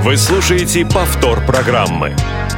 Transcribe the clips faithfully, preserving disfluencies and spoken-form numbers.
Вы слушаете повтор программы.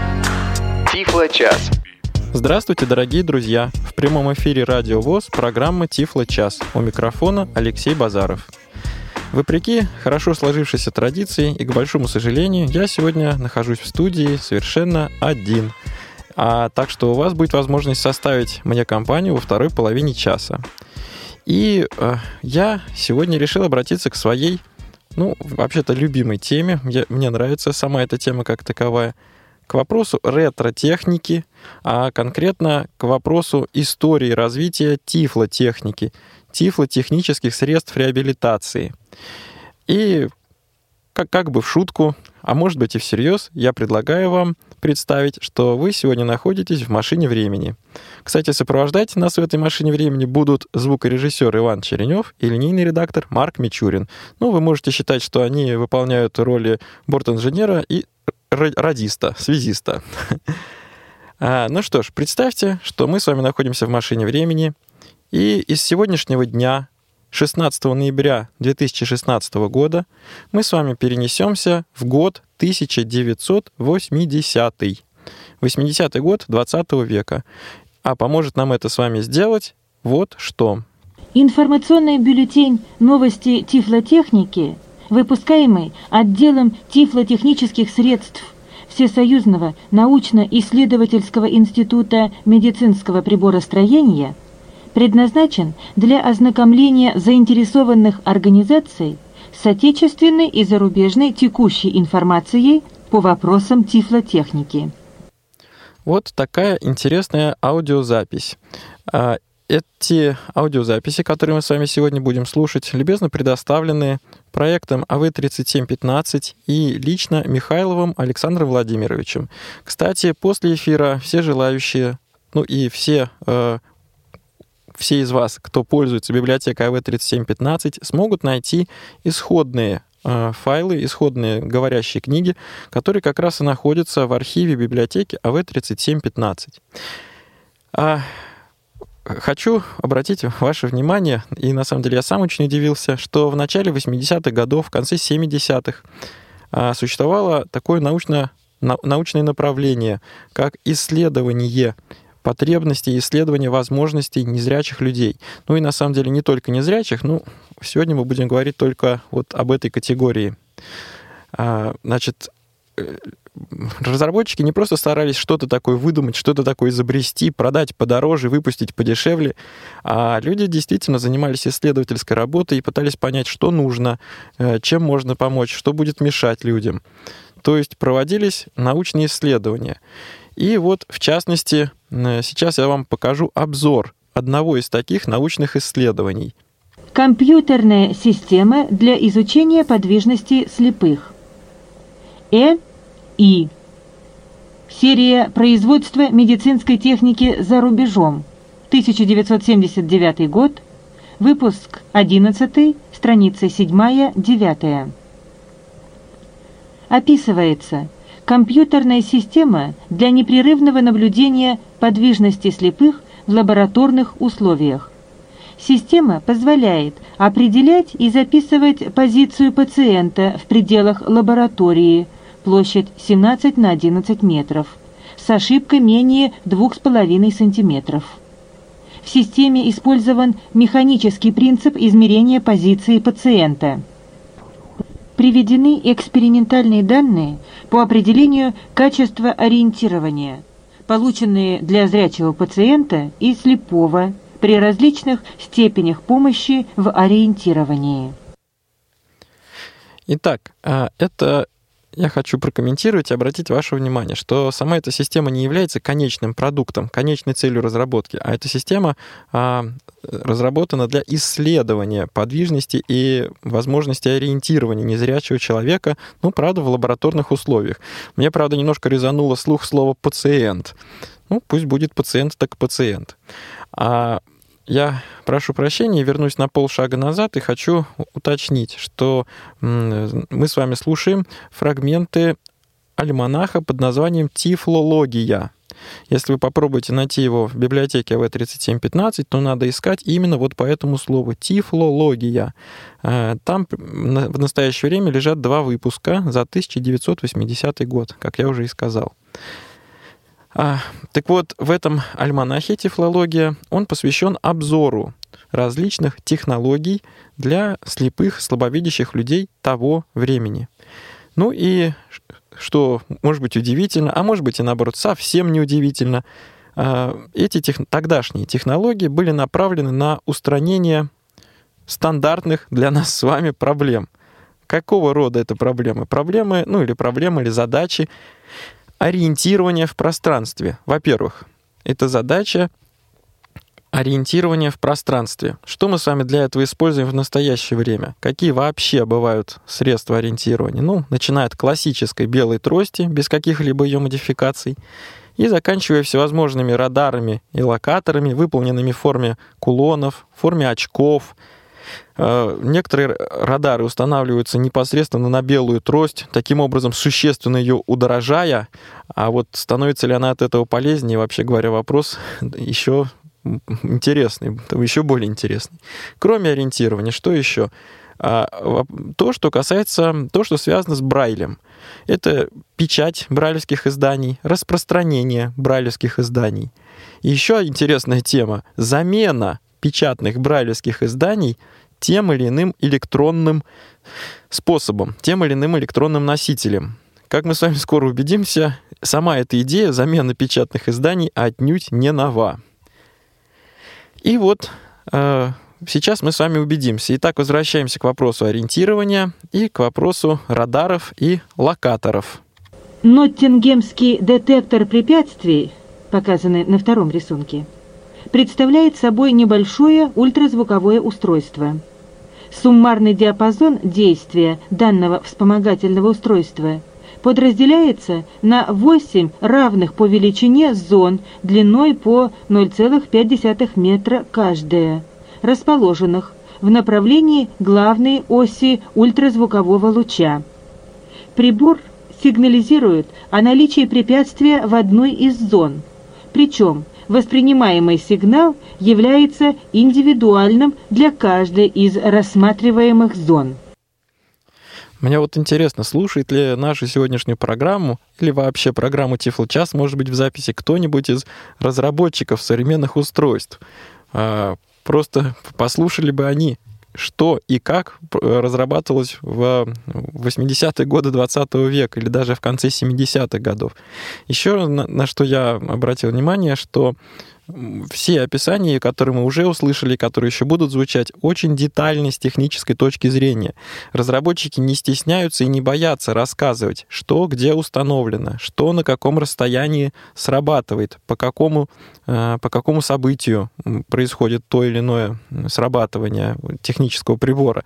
Тифло-час. Здравствуйте, дорогие друзья! В прямом эфире Радио ВОС программа «Тифло-час». У микрофона Алексей Базаров. Вопреки хорошо сложившейся традиции и, к большому сожалению, я сегодня нахожусь в студии совершенно один. А, так что у вас будет возможность составить мне компанию во второй половине часа. И э, я сегодня решил обратиться к своей, ну, вообще-то, любимой теме. Я, мне нравится сама эта тема как таковая. К вопросу ретро-техники, а конкретно к вопросу истории развития тифлотехники, тифлотехнических средств реабилитации. И как, как бы в шутку, а может быть и всерьез, я предлагаю вам представить, что вы сегодня находитесь в машине времени. Кстати, сопровождать нас в этой машине времени будут звукорежиссер Иван Черенев и линейный редактор Марк Мичурин. Ну, вы можете считать, что они выполняют роли бортинженера и радиста, связиста. А, ну что ж, представьте, что мы с вами находимся в машине времени, и из сегодняшнего дня, шестнадцатого ноября две тысячи шестнадцатого года, мы с вами перенесемся в год тысяча девятьсот восьмидесятый. восьмидесятый год двадцатого века. А поможет нам это с вами сделать вот что. Информационный бюллетень «Новости тифлотехники», выпускаемый отделом тифлотехнических средств Всесоюзного научно-исследовательского института медицинского приборостроения, предназначен для ознакомления заинтересованных организаций с отечественной и зарубежной текущей информацией по вопросам тифлотехники. Вот такая интересная аудиозапись. Эти аудиозаписи, которые мы с вами сегодня будем слушать, любезно предоставлены проектом А В тридцать семь пятнадцать и лично Михайловым Александром Владимировичем. Кстати, после эфира все желающие, ну и все, э, все из вас, кто пользуется библиотекой А В тридцать семь пятнадцать, смогут найти исходные э, файлы, исходные говорящие книги, которые как раз и находятся в архиве библиотеки А В тридцать семь пятнадцать. А Хочу обратить ваше внимание, и на самом деле я сам очень удивился, что в начале восьмидесятых годов, в конце семидесятых существовало такое научно, научное направление, как исследование потребностей, исследование возможностей незрячих людей. Ну и на самом деле не только незрячих, но сегодня мы будем говорить только вот об этой категории. Значит, разработчики не просто старались что-то такое выдумать, что-то такое изобрести, продать подороже, выпустить подешевле, а люди действительно занимались исследовательской работой и пытались понять, что нужно, чем можно помочь, что будет мешать людям. То есть проводились научные исследования. И вот, в частности, сейчас я вам покажу обзор одного из таких научных исследований. Компьютерная система для изучения подвижности слепых. Э И. Серия производства медицинской техники за рубежом. тысяча девятьсот семьдесят девятый год. Выпуск одиннадцатый, страница седьмая-девятая. Описывается компьютерная система для непрерывного наблюдения подвижности слепых в лабораторных условиях. Система позволяет определять и записывать позицию пациента в пределах лаборатории, площадь семнадцать на одиннадцать метров, с ошибкой менее двух с половиной сантиметров. В системе использован механический принцип измерения позиции пациента. Приведены экспериментальные данные по определению качества ориентирования, полученные для зрячего пациента и слепого при различных степенях помощи в ориентировании. Итак, это я хочу прокомментировать и обратить ваше внимание, что сама эта система не является конечным продуктом, конечной целью разработки, а эта система а, разработана для исследования подвижности и возможности ориентирования незрячего человека, ну, правда, в лабораторных условиях. Мне, правда, немножко резануло слух слово «пациент». Ну, пусть будет пациент, так пациент. А я прошу прощения, вернусь на полшага назад и хочу уточнить, что мы с вами слушаем фрагменты альманаха под названием «Тифлология». Если вы попробуете найти его в библиотеке эй ви тридцать семь пятнадцать, то надо искать именно вот по этому слову «тифлология». Там в настоящее время лежат два выпуска за тысяча девятьсот восьмидесятый год, как я уже и сказал. А, так вот, в этом альманахе «Тифлология» он посвящен обзору различных технологий для слепых, слабовидящих людей того времени. Ну и, что может быть удивительно, а может быть и наоборот совсем неудивительно, эти тех... тогдашние технологии были направлены на устранение стандартных для нас с вами проблем. Какого рода это проблемы? Проблемы, ну или проблемы, или задачи ориентирования в пространстве. Во-первых, это задача ориентирования в пространстве. Что мы с вами для этого используем в настоящее время? Какие вообще бывают средства ориентирования? Ну, начиная от классической белой трости, без каких-либо ее модификаций, и заканчивая всевозможными радарами и локаторами, выполненными в форме кулонов, в форме очков. Некоторые радары устанавливаются непосредственно на белую трость, таким образом существенно ее удорожая, а вот становится ли она от этого полезнее, вообще говоря, вопрос еще интересный, еще более интересный. Кроме ориентирования, что еще? То, что касается, то, что связано с Брайлем. Это печать брайлевских изданий, распространение брайлевских изданий. И еще интересная тема – замена печатных брайлевских изданий тем или иным электронным способом, тем или иным электронным носителем. Как мы с вами скоро убедимся, сама эта идея замены печатных изданий отнюдь не нова. И вот э, сейчас мы с вами убедимся. Итак, возвращаемся к вопросу ориентирования и к вопросу радаров и локаторов. Ноттингемский детектор препятствий, показанный на втором рисунке, представляет собой небольшое ультразвуковое устройство. Суммарный диапазон действия данного вспомогательного устройства подразделяется на восемь равных по величине зон длиной по ноль целых пять десятых метра каждая, расположенных в направлении главной оси ультразвукового луча. Прибор сигнализирует о наличии препятствия в одной из зон, причем воспринимаемый сигнал является индивидуальным для каждой из рассматриваемых зон. Мне вот интересно, слушает ли нашу сегодняшнюю программу или вообще программу Тифлочас, может быть, в записи кто-нибудь из разработчиков современных устройств. Просто послушали бы они, что и как разрабатывалось в восьмидесятые годы двадцатого века или даже в конце семидесятых годов. Еще на, на что я обратил внимание, что все описания, которые мы уже услышали, которые еще будут звучать, очень детальны с технической точки зрения. Разработчики не стесняются и не боятся рассказывать, что где установлено, что на каком расстоянии срабатывает, по какому, по какому событию происходит то или иное срабатывание технического прибора.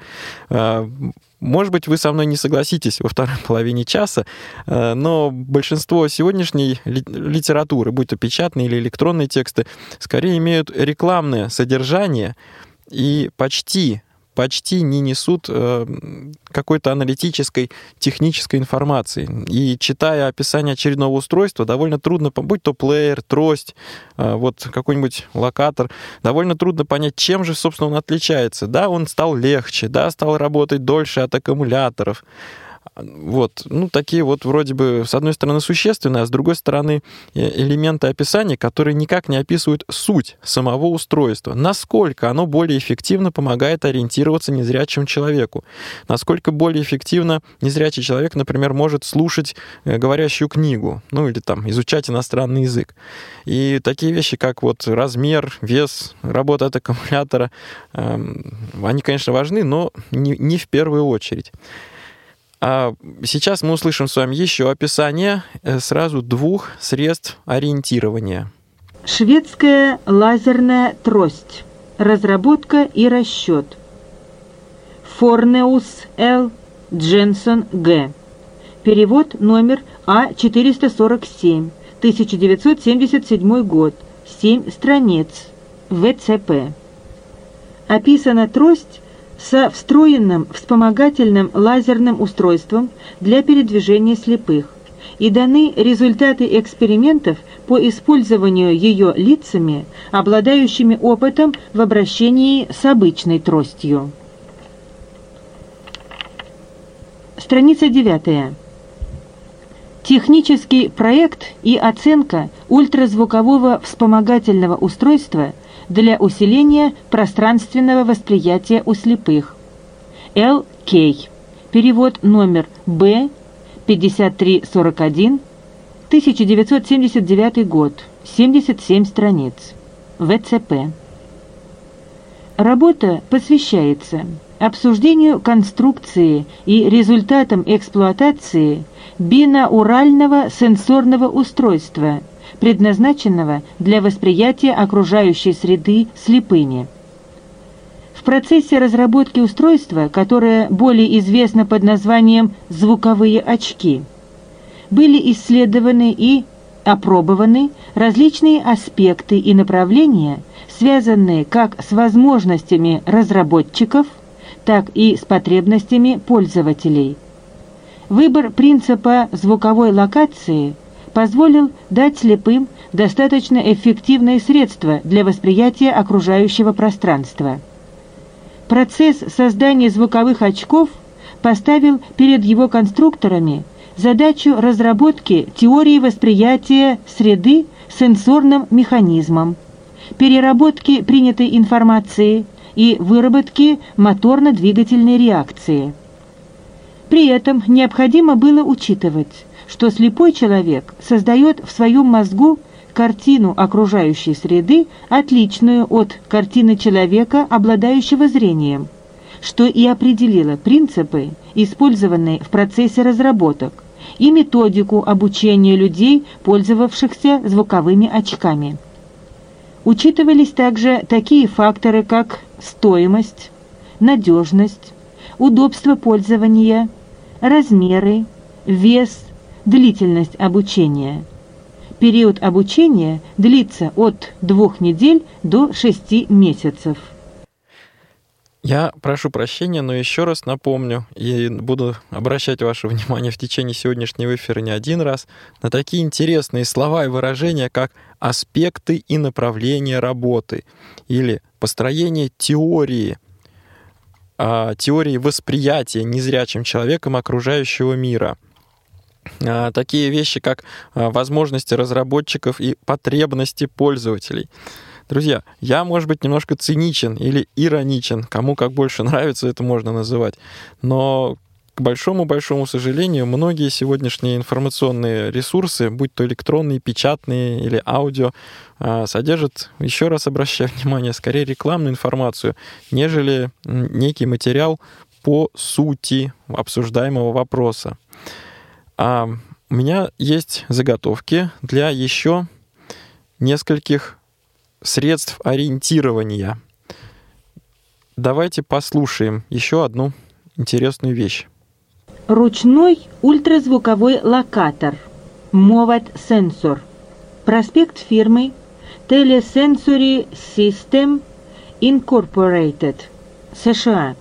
Может быть, вы со мной не согласитесь во второй половине часа, но большинство сегодняшней литературы, будь то печатные или электронные тексты, скорее имеют рекламное содержание и почти, почти не несут какой-то аналитической, технической информации. И читая описание очередного устройства, довольно трудно, будь то плеер, трость, вот какой-нибудь локатор, довольно трудно понять, чем же, собственно, он отличается. Да, он стал легче, да, стал работать дольше от аккумуляторов. Вот, ну, такие вот вроде бы, с одной стороны, существенные, а с другой стороны, элементы описания, которые никак не описывают суть самого устройства. Насколько оно более эффективно помогает ориентироваться незрячему человеку. Насколько более эффективно незрячий человек, например, может слушать говорящую книгу, ну, или там изучать иностранный язык. И такие вещи, как вот размер, вес, работа от аккумулятора, они, конечно, важны, но не, не в первую очередь. А сейчас мы услышим с вами еще описание сразу двух средств ориентирования. Шведская лазерная трость. Разработка и расчет. Форнеус Л. Дженсон Г. Перевод номер А четыреста сорок семь, тысяча девятьсот семьдесят седьмой год. семь страниц. вэ цэ пэ. Описана трость со встроенным вспомогательным лазерным устройством для передвижения слепых и даны результаты экспериментов по использованию ее лицами, обладающими опытом в обращении с обычной тростью. Страница девятая. Технический проект и оценка ультразвукового вспомогательного устройства для усиления пространственного восприятия у слепых. Л. Кей. Перевод номер Б пятьдесят три сорок один, тысяча девятьсот семьдесят девятый год, семьдесят семь страниц. В Ц П. Работа посвящается обсуждению конструкции и результатам эксплуатации бинаурального сенсорного устройства, предназначенного для восприятия окружающей среды слепыми. В процессе разработки устройства, которое более известно под названием «звуковые очки», были исследованы и опробованы различные аспекты и направления, связанные как с возможностями разработчиков, так и с потребностями пользователей. Выбор принципа звуковой локации позволил дать слепым достаточно эффективные средства для восприятия окружающего пространства. Процесс создания звуковых очков поставил перед его конструкторами задачу разработки теории восприятия среды сенсорным механизмом, переработки принятой информации и выработки моторно-двигательной реакции. При этом необходимо было учитывать, что слепой человек создает в своем мозгу картину окружающей среды, отличную от картины человека, обладающего зрением, что и определило принципы, использованные в процессе разработок, и методику обучения людей, пользовавшихся звуковыми очками. Учитывались также такие факторы, как стоимость, надежность, удобство пользования, размеры, вес, длительность обучения. Период обучения длится от двух недель до шести месяцев. Я прошу прощения, но еще раз напомню, и буду обращать ваше внимание в течение сегодняшнего эфира не один раз, на такие интересные слова и выражения, как аспекты и направления работы, или построение теории, теории восприятия незрячим человеком окружающего мира. Такие вещи, как возможности разработчиков и потребности пользователей. Друзья, я, может быть, немножко циничен или ироничен, кому как больше нравится, это можно называть, но, к большому-большому сожалению, многие сегодняшние информационные ресурсы, будь то электронные, печатные или аудио, содержат, еще раз обращаю внимание, скорее рекламную информацию, нежели некий материал по сути обсуждаемого вопроса. А у меня есть заготовки для еще нескольких средств ориентирования. Давайте послушаем еще одну интересную вещь. Ручной ультразвуковой локатор Movat Sensor. Проспект фирмы Telesensory System Incorporated, США.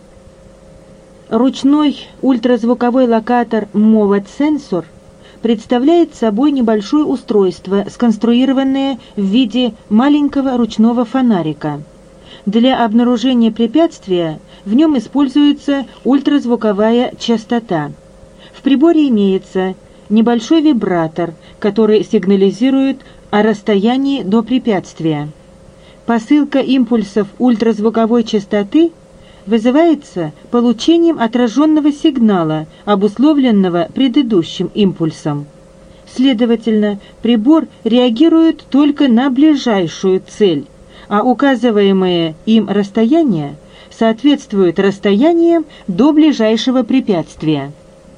Ручной ультразвуковой локатор Movat Sensor представляет собой небольшое устройство, сконструированное в виде маленького ручного фонарика. Для обнаружения препятствия в нем используется ультразвуковая частота. В приборе имеется небольшой вибратор, который сигнализирует о расстоянии до препятствия. Посылка импульсов ультразвуковой частоты вызывается получением отраженного сигнала, обусловленного предыдущим импульсом. Следовательно, прибор реагирует только на ближайшую цель, а указываемое им расстояние соответствует расстояниям до ближайшего препятствия.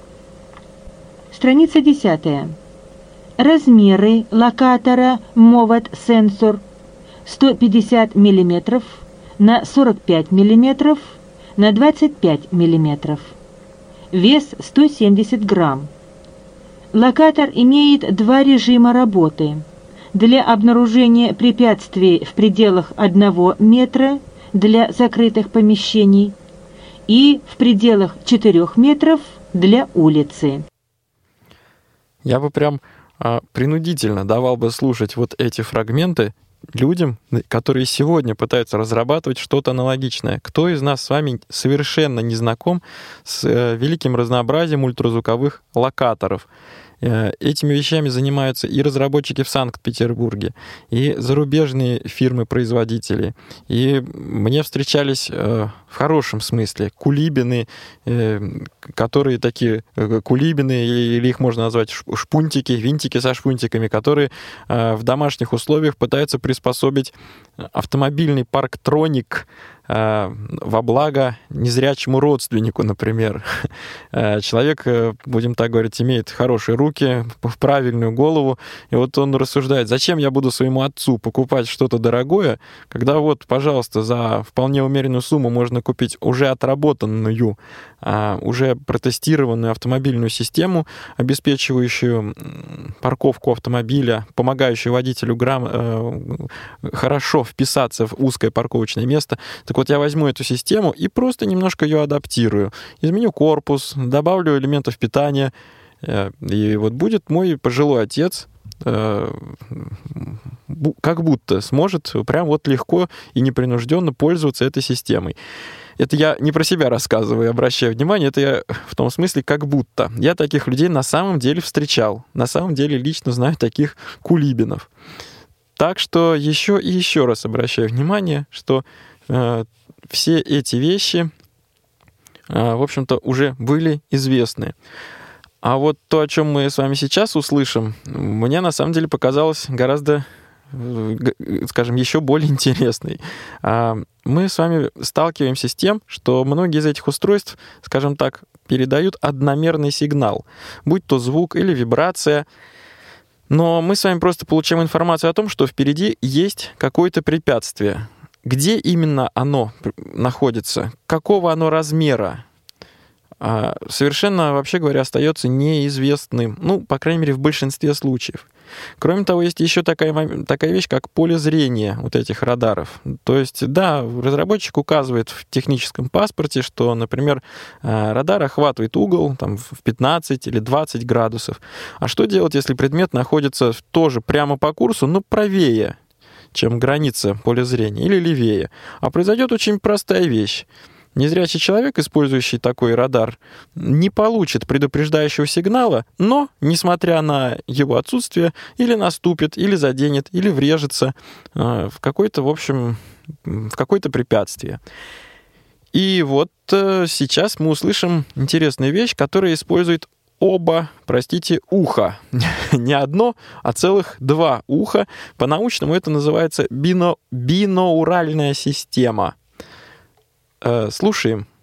Страница десятая. Размеры локатора Movat Sensor сто пятьдесят миллиметров на сорок пять миллиметров на двадцать пять миллиметров. Вес сто семьдесят грамм. Локатор имеет два режима работы. Для обнаружения препятствий в пределах одного метра для закрытых помещений и в пределах четырёх метров для улицы. Я бы прям принудительно давал бы слушать вот эти фрагменты людям, которые сегодня пытаются разрабатывать что-то аналогичное. Кто из нас с вами совершенно не знаком с великим разнообразием ультразвуковых локаторов? Этими вещами занимаются и разработчики в Санкт-Петербурге, и зарубежные фирмы-производители. И мне встречались в хорошем смысле кулибины, которые такие кулибины, или их можно назвать шпунтики, винтики со шпунтиками, которые в домашних условиях пытаются приспособить автомобильный парктроник во благо незрячему родственнику, например. Человек, будем так говорить, имеет хорошие руки, правильную голову, и вот он рассуждает, зачем я буду своему отцу покупать что-то дорогое, когда вот, пожалуйста, за вполне умеренную сумму можно купить уже отработанную, уже протестированную автомобильную систему, обеспечивающую парковку автомобиля, помогающую водителю грам... хорошо вписаться в узкое парковочное место. Так вот, я возьму эту систему и просто немножко ее адаптирую. Изменю корпус, добавлю элементов питания, и вот будет мой пожилой отец как будто сможет прям вот легко и непринужденно пользоваться этой системой. Это я не про себя рассказываю, обращаю внимание, это я в том смысле как будто. Я таких людей на самом деле встречал. На самом деле лично знаю таких кулибинов. Так что еще и еще раз обращаю внимание, что э, все эти вещи, э, в общем-то, уже были известны. А вот то, о чем мы с вами сейчас услышим, мне на самом деле показалось гораздо, скажем, еще более интересной. Мы с вами сталкиваемся с тем, что многие из этих устройств, скажем так, передают одномерный сигнал, будь то звук или вибрация. Но мы с вами просто получаем информацию о том, что впереди есть какое-то препятствие. Где именно оно находится? Какого оно размера? Совершенно, вообще говоря, остается неизвестным. Ну, по крайней мере, в большинстве случаев. Кроме того, есть еще такая, такая вещь, как поле зрения вот этих радаров. То есть, да, разработчик указывает в техническом паспорте, что, например, радар охватывает угол там, в пятнадцать или двадцать градусов. А что делать, если предмет находится тоже прямо по курсу, но правее, чем граница поля зрения, или левее? А произойдет очень простая вещь. Незрячий человек, использующий такой радар, не получит предупреждающего сигнала, но, несмотря на его отсутствие, или наступит, или заденет, или врежется э, в какое-то, в общем, в какое-то препятствие. И вот э, сейчас мы услышим интересную вещь, которая использует оба, простите, уха. Не одно, а целых два уха. По-научному это называется бино... биноуральная система. Слушаем.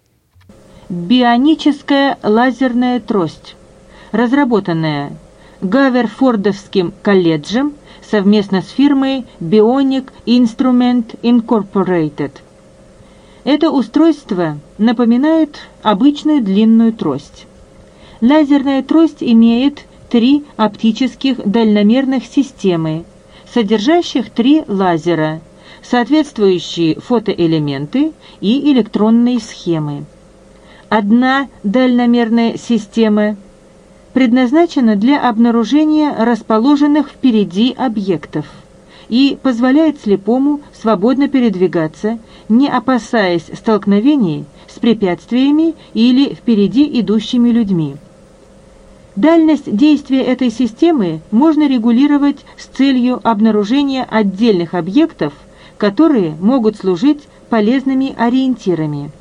Бионическая лазерная трость, разработанная Гаверфордовским колледжем совместно с фирмой Bionic Instrument Incorporated. Это устройство напоминает обычную длинную трость. Лазерная трость имеет три оптических дальномерных системы, содержащих три лазера, соответствующие фотоэлементы и электронные схемы. Одна дальномерная система предназначена для обнаружения расположенных впереди объектов и позволяет слепому свободно передвигаться, не опасаясь столкновений с препятствиями или впереди идущими людьми. Дальность действия этой системы можно регулировать с целью обнаружения отдельных объектов, которые могут служить полезными ориентирами.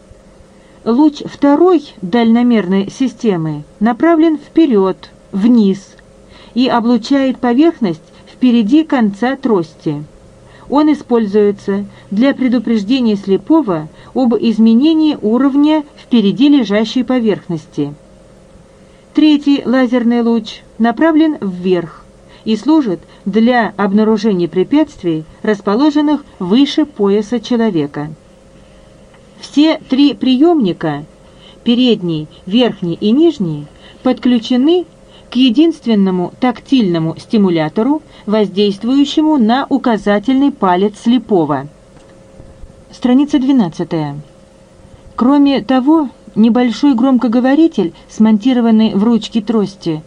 Луч второй дальномерной системы направлен вперед, вниз, и облучает поверхность впереди конца трости. Он используется для предупреждения слепого об изменении уровня впереди лежащей поверхности. Третий лазерный луч направлен вверх и служит для обнаружения препятствий, расположенных выше пояса человека. Все три приемника, передний, верхний и нижний, подключены к единственному тактильному стимулятору, воздействующему на указательный палец слепого. Страница двенадцатая. Кроме того, небольшой громкоговоритель, смонтированный в ручке трости,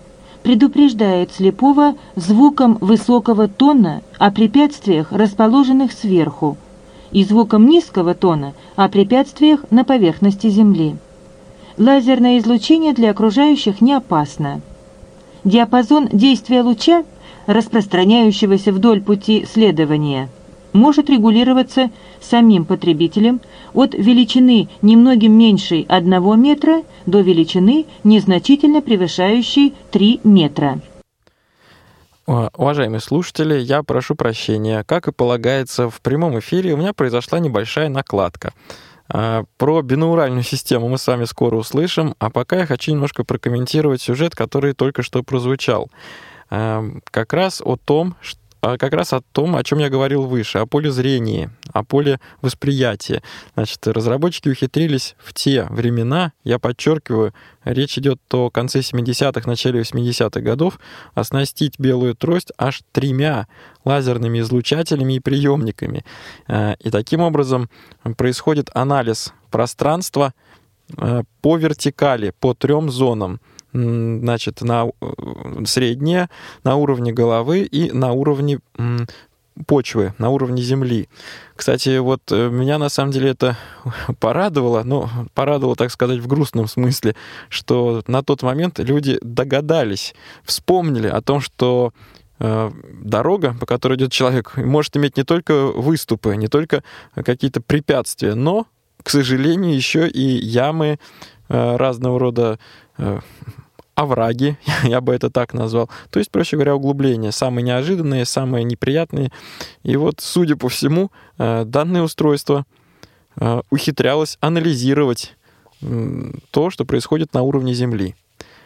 предупреждают слепого звуком высокого тона о препятствиях, расположенных сверху, и звуком низкого тона о препятствиях на поверхности Земли. Лазерное излучение для окружающих не опасно. Диапазон действия луча, распространяющегося вдоль пути следования, может регулироваться самим потребителем от величины немногим меньшей одного метра до величины, незначительно превышающей три метра. Уважаемые слушатели, я прошу прощения. Как и полагается, в прямом эфире у меня произошла небольшая накладка. Про бинауральную систему мы с вами скоро услышим, а пока я хочу немножко прокомментировать сюжет, который только что прозвучал. Как раз о том, что как раз о том, о чем я говорил выше, о поле зрения, о поле восприятия. Значит, разработчики ухитрились в те времена, я подчеркиваю, речь идет о конце семидесятых, начале восьмидесятых годов, оснастить белую трость аж тремя лазерными излучателями и приемниками. И таким образом происходит анализ пространства по вертикали, по трем зонам. Значит, на среднее, на уровне головы и на уровне почвы, на уровне земли. Кстати, вот меня на самом деле это порадовало, ну, порадовало, так сказать, в грустном смысле, что на тот момент люди догадались, вспомнили о том, что э, дорога, по которой идет человек, может иметь не только выступы, не только какие-то препятствия, но, к сожалению, еще и ямы, э, разного рода э, овраги, я бы это так назвал. То есть, проще говоря, углубления, самые неожиданные, самые неприятные. И вот, судя по всему, данное устройство ухитрялось анализировать то, что происходит на уровне Земли.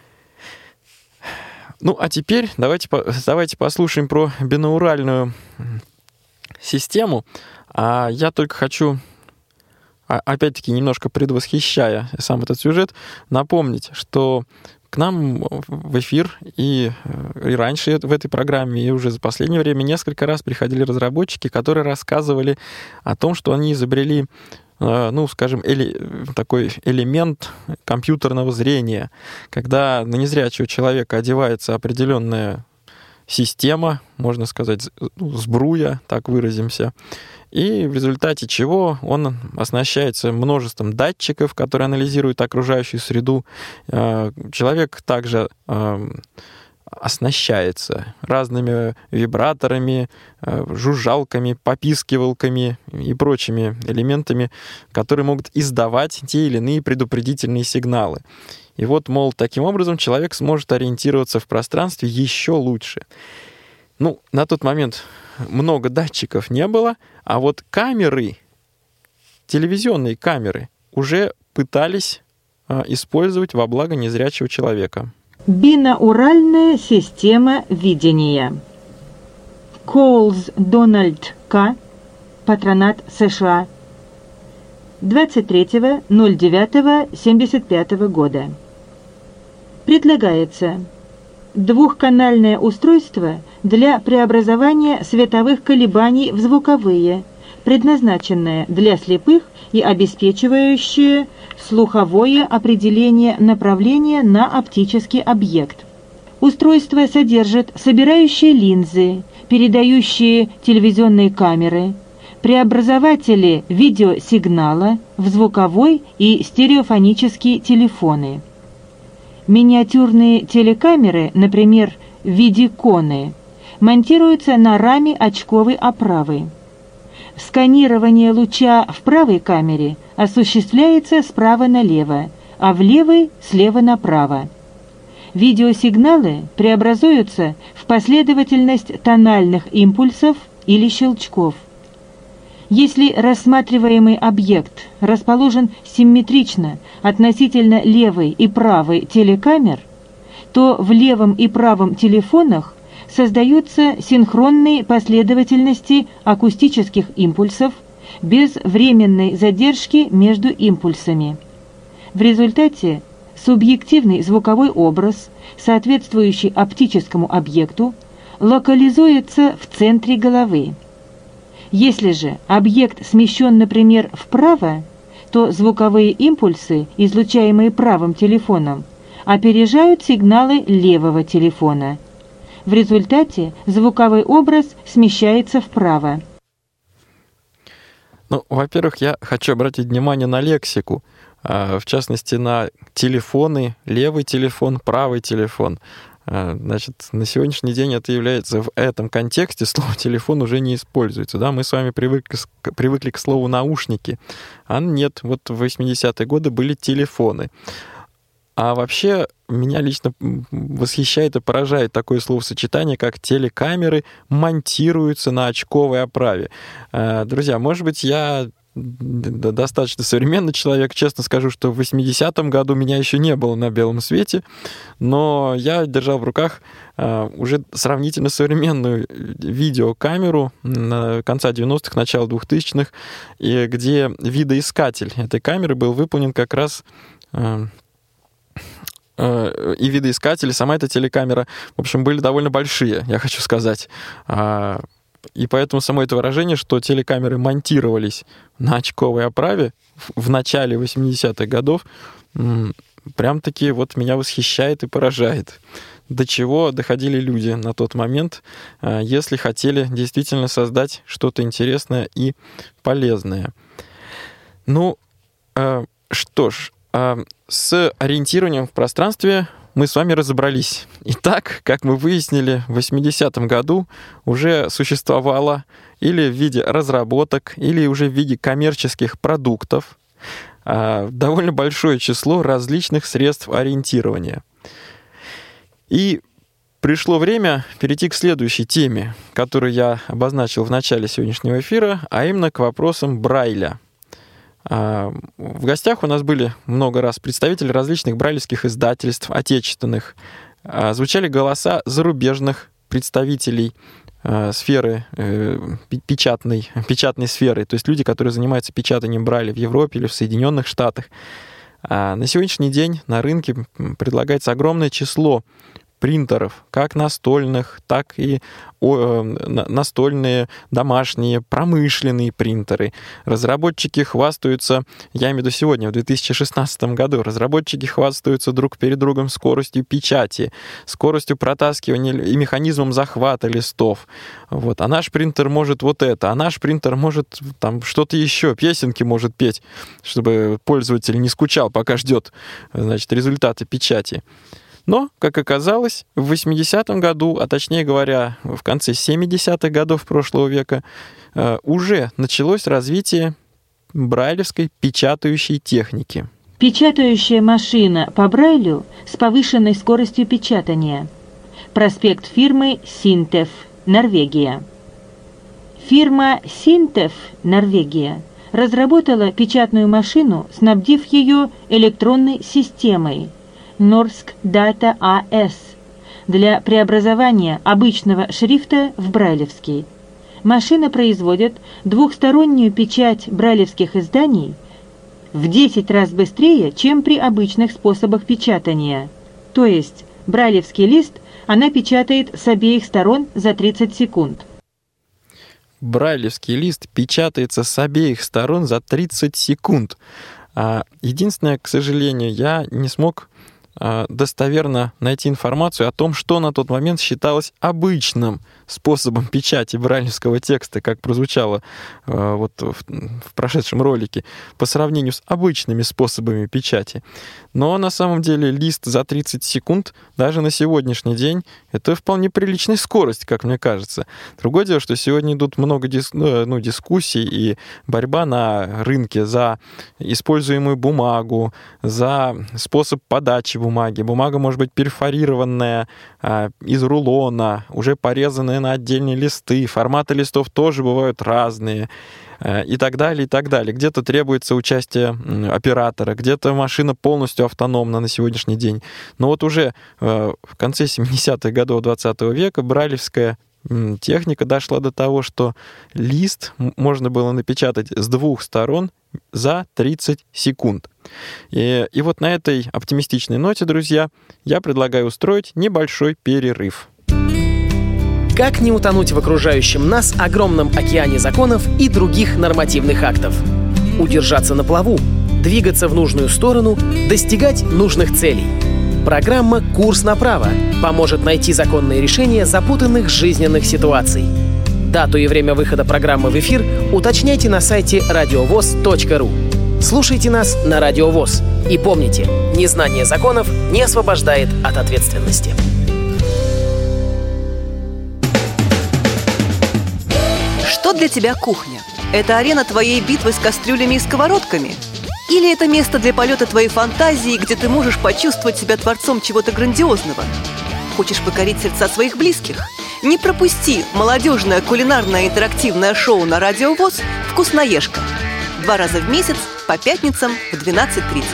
Ну, а теперь давайте, давайте послушаем про бинауральную систему. А я только хочу, опять-таки, немножко предвосхищая сам этот сюжет, напомнить, что к нам в эфир и, и раньше в этой программе, и уже за последнее время несколько раз приходили разработчики, которые рассказывали о том, что они изобрели, ну, скажем, эли, такой элемент компьютерного зрения, когда на незрячего человека одевается определенная система, можно сказать, сбруя, так выразимся, и в результате чего он оснащается множеством датчиков, которые анализируют окружающую среду. Человек также оснащается разными вибраторами, жужжалками, попискивалками и прочими элементами, которые могут издавать те или иные предупредительные сигналы. И вот, мол, таким образом человек сможет ориентироваться в пространстве еще лучше. Ну, на тот момент много датчиков не было, а вот камеры, телевизионные камеры, уже пытались а, использовать во благо незрячего человека. Бинауральная система видения. Коулс Дональд К., патронат США, двадцать третьего ноль девятого семьдесят пятого года. Предлагается двухканальное устройство для преобразования световых колебаний в звуковые, предназначенное для слепых и обеспечивающее слуховое определение направления на оптический объект. Устройство содержит собирающие линзы, передающие телевизионные камеры, преобразователи видеосигнала в звуковой и стереофонические телефоны. Миниатюрные телекамеры, например, видиконы, монтируются на раме очковой оправы. Сканирование луча в правой камере осуществляется справа налево, а в левой – слева направо. Видеосигналы преобразуются в последовательность тональных импульсов или щелчков. Если рассматриваемый объект расположен симметрично относительно левой и правой телекамер, то в левом и правом телефонах создаются синхронные последовательности акустических импульсов без временной задержки между импульсами. В результате субъективный звуковой образ, соответствующий оптическому объекту, локализуется в центре головы. Если же объект смещен, например, вправо, то звуковые импульсы, излучаемые правым телефоном, опережают сигналы левого телефона. В результате звуковой образ смещается вправо. Ну, во-первых, я хочу обратить внимание на лексику, в частности, на телефоны, левый телефон, правый телефон. Значит, на сегодняшний день это является в этом контексте, слово «телефон» уже не используется. Да? Мы с вами привыкли, привыкли к слову «наушники», а нет, вот в восьмидесятые годы были телефоны. А вообще, меня лично восхищает и поражает такое словосочетание, как «телекамеры монтируются на очковой оправе». Друзья, может быть, я достаточно современный человек. Честно скажу, что в восьмидесятом году меня еще не было на белом свете, но я держал в руках уже сравнительно современную видеокамеру конца девяностых, начала двухтысячных, где видоискатель этой камеры был выполнен как раз... и видоискатели, сама эта телекамера, в общем, были довольно большие, я хочу сказать. И поэтому само это выражение, что телекамеры монтировались на очковой оправе в начале восьмидесятых годов, прям-таки вот меня восхищает и поражает. До чего доходили люди на тот момент, если хотели действительно создать что-то интересное и полезное. Ну, что ж, с ориентированием в пространстве мы с вами разобрались. Итак, как мы выяснили, в восьмидесятом году уже существовало или в виде разработок, или уже в виде коммерческих продуктов довольно большое число различных средств ориентирования. И пришло время перейти к следующей теме, которую я обозначил в начале сегодняшнего эфира, а именно к вопросам Брайля. В гостях у нас были много раз представители различных брайлевских издательств, отечественных. Звучали голоса зарубежных представителей сферы печатной, печатной сферы, то есть люди, которые занимаются печатанием Брайля в Европе или в Соединенных Штатах. На сегодняшний день на рынке предлагается огромное число принтеров, как настольных, так и настольные, домашние, промышленные принтеры. Разработчики хвастаются, я имею в виду сегодня, в две тысячи шестнадцатом году, разработчики хвастаются друг перед другом скоростью печати, скоростью протаскивания и механизмом захвата листов. Вот. А наш принтер может вот это, а наш принтер может там что-то еще, песенки может петь, чтобы пользователь не скучал, пока ждет, значит, результаты печати. Но, как оказалось, в восьмидесятом году, а точнее говоря, в конце семидесятых годов прошлого века, уже началось развитие брайлевской печатающей техники. Печатающая машина по Брайлю с повышенной скоростью печатания. Проспект фирмы Синтеф, Норвегия. Фирма Синтеф, Норвегия, разработала печатную машину, снабдив ее электронной системой Norsk Data эй эс для преобразования обычного шрифта в брайлевский. Машина производит двухстороннюю печать брайлевских изданий в десять раз быстрее, чем при обычных способах печатания. То есть брайлевский лист она печатает с обеих сторон за тридцать секунд. Брайлевский лист печатается с обеих сторон за тридцать секунд. Единственное, к сожалению, я не смог достоверно найти информацию о том, что на тот момент считалось обычным способом печати брайлевского текста, как прозвучало э, вот в, в прошедшем ролике, по сравнению с обычными способами печати. Но на самом деле лист за тридцать секунд даже на сегодняшний день это вполне приличная скорость, как мне кажется. Другое дело, что сегодня идут много дис, ну, дискуссий и борьба на рынке за используемую бумагу, за способ подачи бумаги. Бумага может быть перфорированная э, из рулона, уже порезанная на отдельные листы. Форматы листов тоже бывают разные. Э, и так далее, и так далее. Где-то требуется участие э, оператора, где-то машина полностью автономна на сегодняшний день. Но вот уже э, в конце семидесятых годов двадцатого века брайлевская э, техника дошла до того, что лист можно было напечатать с двух сторон за тридцать секунд. И, и вот на этой оптимистичной ноте, друзья, я предлагаю устроить небольшой перерыв. Как не утонуть в окружающем нас огромном океане законов и других нормативных актов? Удержаться на плаву, двигаться в нужную сторону, достигать нужных целей. Программа «Курс на право» поможет найти законные решения запутанных жизненных ситуаций. Дату и время выхода программы в эфир уточняйте на сайте радиовоз точка ру. Слушайте нас на Радио ВОС. И помните, незнание законов не освобождает от ответственности. Что для тебя кухня? Это арена твоей битвы с кастрюлями и сковородками? Или это место для полета твоей фантазии, где ты можешь почувствовать себя творцом чего-то грандиозного? Хочешь покорить сердца своих близких? Не пропусти молодежное кулинарное интерактивное шоу на Радио ВОС «Вкусноежка». Два раза в месяц по пятницам в двенадцать тридцать.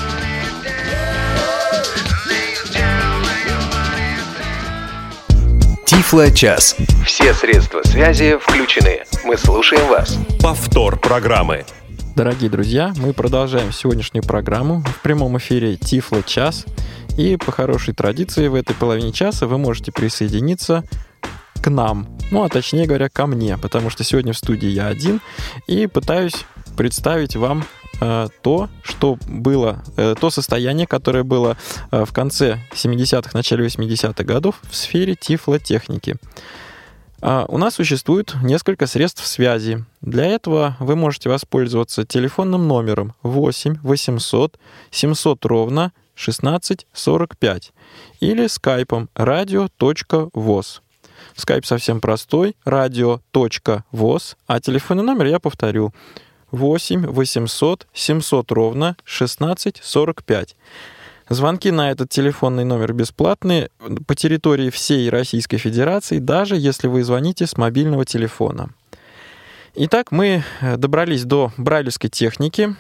Тифло-час. Все средства связи включены. Мы слушаем вас. Повтор программы. Дорогие друзья, мы продолжаем сегодняшнюю программу в прямом эфире Тифло-час. И по хорошей традиции в этой половине часа вы можете присоединиться к нам. Ну, а точнее говоря, ко мне, потому что сегодня в студии я один и пытаюсь представить вам э, то, что было, э, то состояние, которое было э, в конце семидесятых, начале восьмидесятых годов в сфере тифлотехники. Uh, у нас существует несколько средств связи. Для этого вы можете воспользоваться телефонным номером восемь восемьсот семьсот ровно шестнадцать сорок пять или скайпом radio.voz. Скайп совсем простой, radio.voz, а телефонный номер я повторю: восемь восемьсот семьсот ровно шестнадцать сорок пять. Звонки на этот телефонный номер бесплатные по территории всей Российской Федерации, даже если вы звоните с мобильного телефона. Итак, мы добрались до брайлевской техники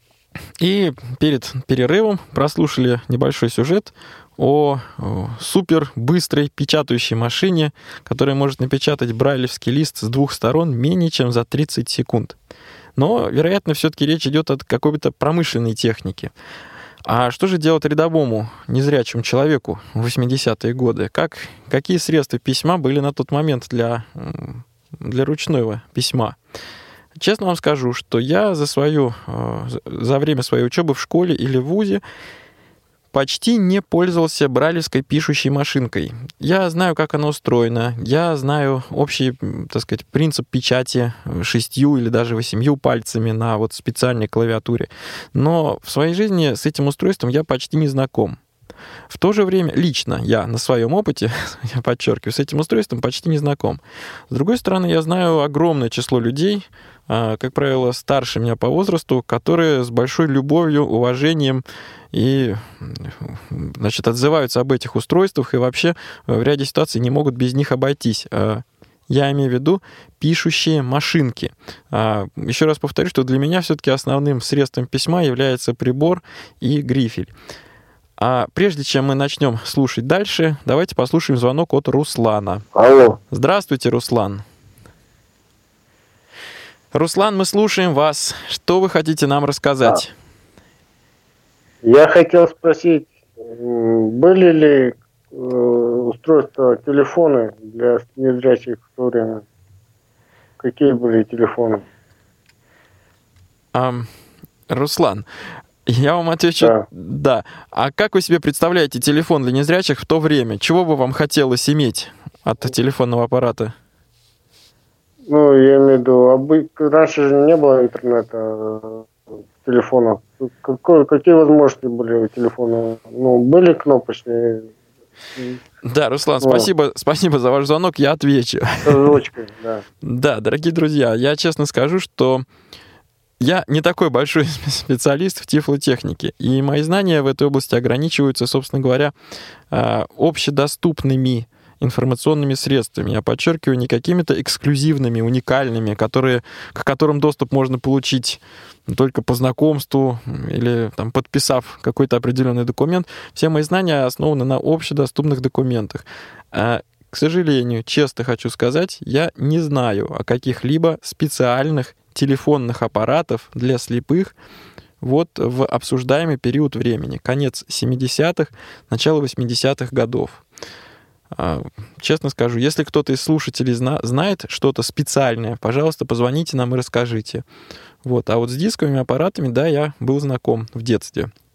и перед перерывом прослушали небольшой сюжет о супер быстрой печатающей машине, которая может напечатать брайлевский лист с двух сторон менее чем за тридцать секунд. Но, вероятно, все-таки речь идет о какой-то промышленной технике. А что же делать рядовому, незрячему человеку в восьмидесятые годы? Как, какие средства письма были на тот момент для, для ручного письма? Честно вам скажу, что я за, свою, за время своей учебы в школе или в вузе почти не пользовался брайлевской пишущей машинкой. Я знаю, как она устроена, я знаю общий, так сказать, принцип печати шестью или даже восемью пальцами на вот специальной клавиатуре, но в своей жизни с этим устройством я почти не знаком. В то же время лично я на своем опыте, я подчеркиваю, с этим устройством почти не знаком. С другой стороны, я знаю огромное число людей, как правило, старше меня по возрасту, которые с большой любовью, уважением и, значит, отзываются об этих устройствах и вообще в ряде ситуаций не могут без них обойтись. Я имею в виду пишущие машинки. Еще раз повторю, что для меня все-таки основным средством письма является прибор и грифель. А прежде чем мы начнем слушать дальше, давайте послушаем звонок от Руслана. Алло. Здравствуйте, Руслан. Руслан, мы слушаем вас. Что вы хотите нам рассказать? Я хотел спросить, были ли э, устройства, телефоны для незрячих в то время? Какие были телефоны? А, Руслан, я вам отвечу, да. да. А как вы себе представляете телефон для незрячих в то время? Чего бы вам хотелось иметь от телефонного аппарата? Ну, я имею в виду, обы... раньше же не было интернета, телефонов. Какой, какие возможности были у телефона? Ну, были кнопочные? Да, Руслан, ну, спасибо, спасибо за ваш звонок, я отвечу. С ручкой, да. Да, дорогие друзья, я честно скажу, что я не такой большой специалист в тифлотехнике, и мои знания в этой области ограничиваются, собственно говоря, общедоступными информационными средствами. Я подчеркиваю, не какими-то эксклюзивными, уникальными, которые, к которым доступ можно получить только по знакомству или там, подписав какой-то определенный документ. Все мои знания основаны на общедоступных документах. А, к сожалению, честно хочу сказать, я не знаю о каких-либо специальных телефонных аппаратов для слепых вот в обсуждаемый период времени, конец семидесятых, начало восьмидесятых годов. Честно скажу, если кто-то из слушателей зна- знает что-то специальное, пожалуйста, позвоните нам и расскажите. Вот. А вот с дисковыми аппаратами, да, я был знаком в детстве.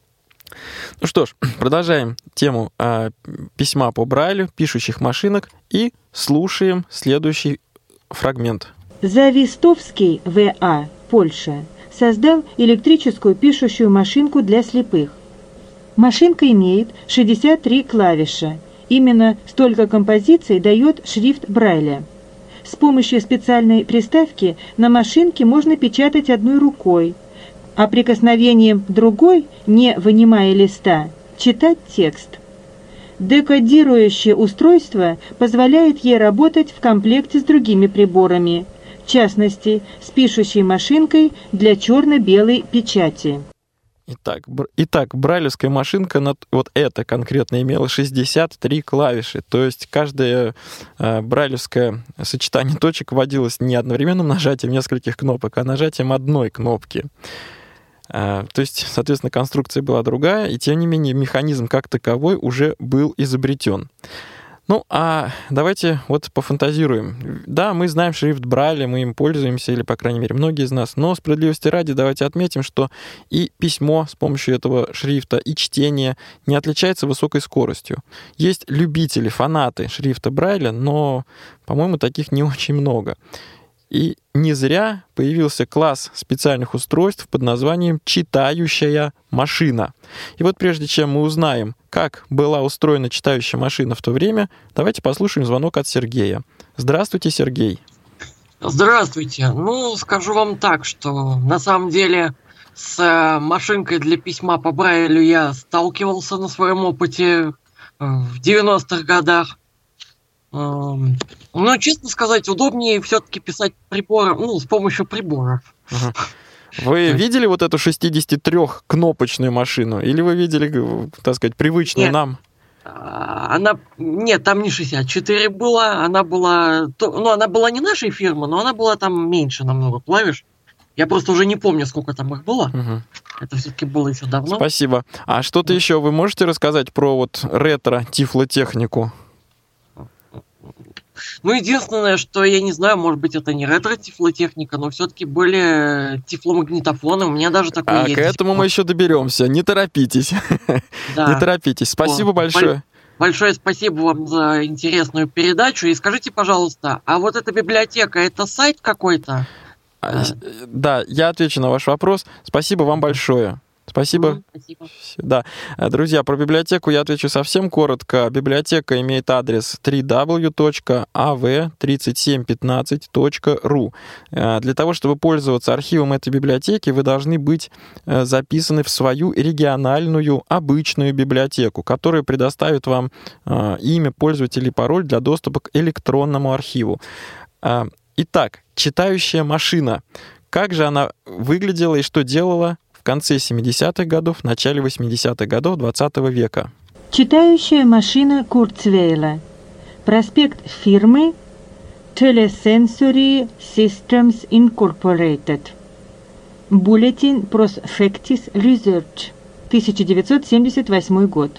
Ну что ж, продолжаем тему э, письма по Брайлю, пишущих машинок и слушаем следующий фрагмент. Завистовский В А, Польша, создал электрическую пишущую машинку для слепых. Машинка имеет шестьдесят три клавиши. Именно столько композиций дает шрифт Брайля. С помощью специальной приставки на машинке можно печатать одной рукой, а прикосновением другой, не вынимая листа, читать текст. Декодирующее устройство позволяет ей работать в комплекте с другими приборами, в частности, с пишущей машинкой для черно-белой печати. Итак, бр... Итак, брайлевская машинка, вот эта конкретно, имела шестьдесят три клавиши. То есть каждое э, брайлевское сочетание точек вводилось не одновременным нажатием нескольких кнопок, а нажатием одной кнопки. Э, то есть, соответственно, конструкция была другая, и тем не менее механизм как таковой уже был изобретен. Ну, а давайте вот пофантазируем. Да, мы знаем шрифт Брайля, мы им пользуемся, или, по крайней мере, многие из нас, но справедливости ради давайте отметим, что и письмо с помощью этого шрифта, и чтение не отличается высокой скоростью. Есть любители, фанаты шрифта Брайля, но, по-моему, таких не очень много. И не зря появился класс специальных устройств под названием «читающая машина». И вот прежде чем мы узнаем, как была устроена читающая машина в то время, давайте послушаем звонок от Сергея. Здравствуйте, Сергей. Здравствуйте. Ну, скажу вам так, что на самом деле с машинкой для письма по Брайлю я сталкивался на своем опыте в девяностых годах. Но, честно сказать, удобнее все-таки писать прибором, ну, с помощью приборов. Ага. Вы видели вот эту шестидесятитрёхкнопочную машину? Или вы видели, так сказать, привычную Нет. нам? Она... Нет, там не шестьдесят четыре была, она была... Ну, она была не нашей фирмы, но она была там меньше намного клавиш. Я просто уже не помню, сколько там их было. Угу. Это все-таки было еще давно. Спасибо. А что-то да. еще вы можете рассказать про вот ретро-тифлотехнику? Ну, единственное, что я не знаю, может быть, это не ретро-тифлотехника, но все-таки были тифломагнитофоны, у меня даже такое а есть. А к этому мы еще доберемся, не торопитесь. Да. Не торопитесь. Спасибо О, большое. Большое спасибо вам за интересную передачу. И скажите, пожалуйста, а вот эта библиотека, это сайт какой-то? А, да, я отвечу на ваш вопрос. Спасибо вам большое. Спасибо. Спасибо. Да. Друзья, про библиотеку я отвечу совсем коротко. Библиотека имеет адрес дабл ю дабл ю дабл ю точка а вэ тридцать семь пятнадцать точка ру. Для того, чтобы пользоваться архивом этой библиотеки, вы должны быть записаны в свою региональную обычную библиотеку, которая предоставит вам имя пользователя и пароль для доступа к электронному архиву. Итак, читающая машина. Как же она выглядела и что делала в конце семидесятых годов, в начале восьмидесятых годов двадцатого века? Читающая машина Курцвейла. Проспект фирмы Telesensory Systems Incorporated. Bulletin Prospectus Research. тысяча девятьсот семьдесят восьмой год.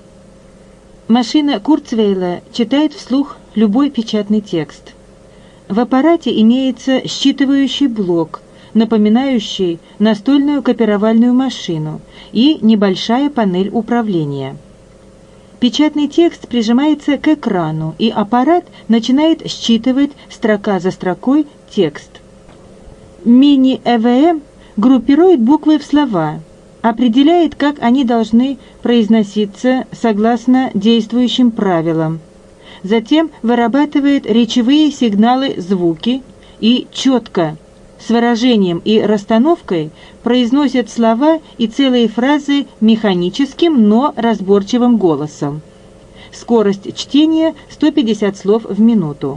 Машина Курцвейла читает вслух любой печатный текст. В аппарате имеется считывающий блок, напоминающий настольную копировальную машину, и небольшая панель управления. Печатный текст прижимается к экрану, и аппарат начинает считывать строка за строкой текст. Мини-и ви эм группирует буквы в слова, определяет, как они должны произноситься согласно действующим правилам. Затем вырабатывает речевые сигналы, звуки и четко, с выражением и расстановкой произносят слова и целые фразы механическим, но разборчивым голосом. Скорость чтения сто пятьдесят слов в минуту.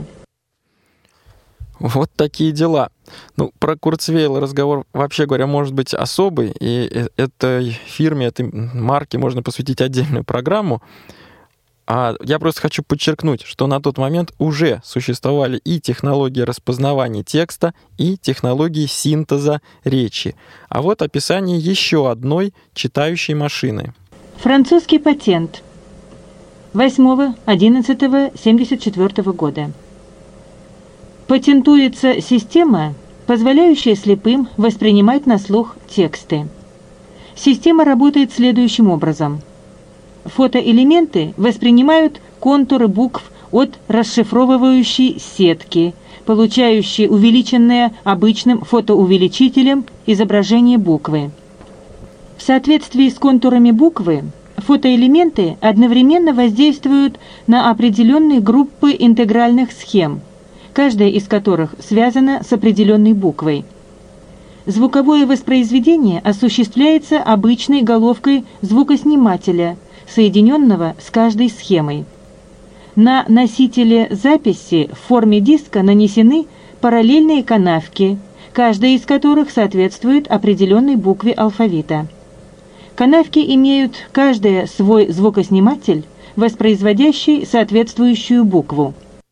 Вот такие дела. Ну, про Курцвейла разговор, вообще говоря, может быть особый, и этой фирме, этой марке можно посвятить отдельную программу. А я просто хочу подчеркнуть, что на тот момент уже существовали и технологии распознавания текста, и технологии синтеза речи. А вот описание еще одной читающей машины. Французский патент восьмого одиннадцатого семьдесят четвёртого года. Патентуется система, позволяющая слепым воспринимать на слух тексты. Система работает следующим образом. Фотоэлементы воспринимают контуры букв от расшифровывающей сетки, получающей увеличенное обычным фотоувеличителем изображение буквы. В соответствии с контурами буквы, фотоэлементы одновременно воздействуют на определенные группы интегральных схем, каждая из которых связана с определенной буквой. Звуковое воспроизведение осуществляется обычной головкой звукоснимателя, соединенного с каждой схемой. На носителе записи в форме диска нанесены параллельные канавки, каждая из которых соответствует определенной букве алфавита. Канавки имеют каждая свой звукосниматель, воспроизводящий соответствующую букву.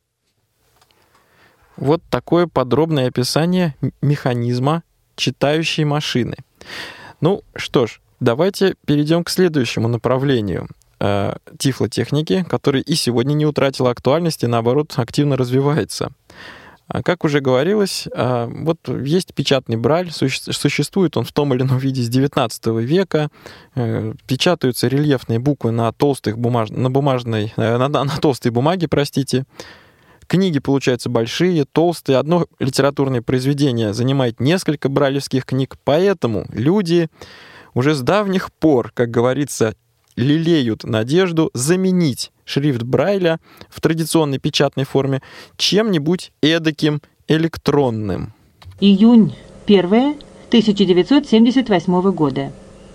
Вот такое подробное описание механизма читающей машины. Ну что ж, давайте перейдем к следующему направлению э, тифлотехники, который и сегодня не утратил актуальности, наоборот, активно развивается. Как уже говорилось, э, вот есть печатный брайль, суще- существует он в том или ином виде с девятнадцатого века, э, печатаются рельефные буквы на толстых бумаж... на бумажной, э, на, на толстой бумаге, простите. Книги получаются большие, толстые. Одно литературное произведение занимает несколько брайлевских книг, поэтому люди уже с давних пор, как говорится, лелеют надежду заменить шрифт Брайля в традиционной печатной форме чем-нибудь эдаким электронным. Июнь первое тысяча девятьсот семьдесят восьмого года.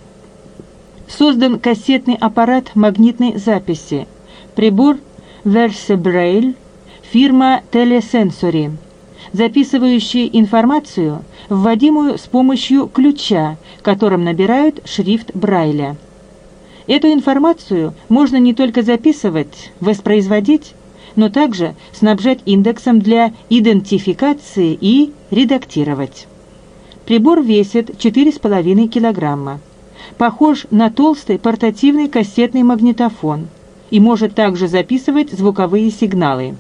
Создан кассетный аппарат магнитной записи, прибор Verse Braille, фирма Telesensory, записывающий информацию, вводимую с помощью ключа, которым набирают шрифт Брайля. Эту информацию можно не только записывать, воспроизводить, но также снабжать индексом для идентификации и редактировать. Прибор весит четыре с половиной килограмма, похож на толстый портативный кассетный магнитофон и может также записывать звуковые сигналы.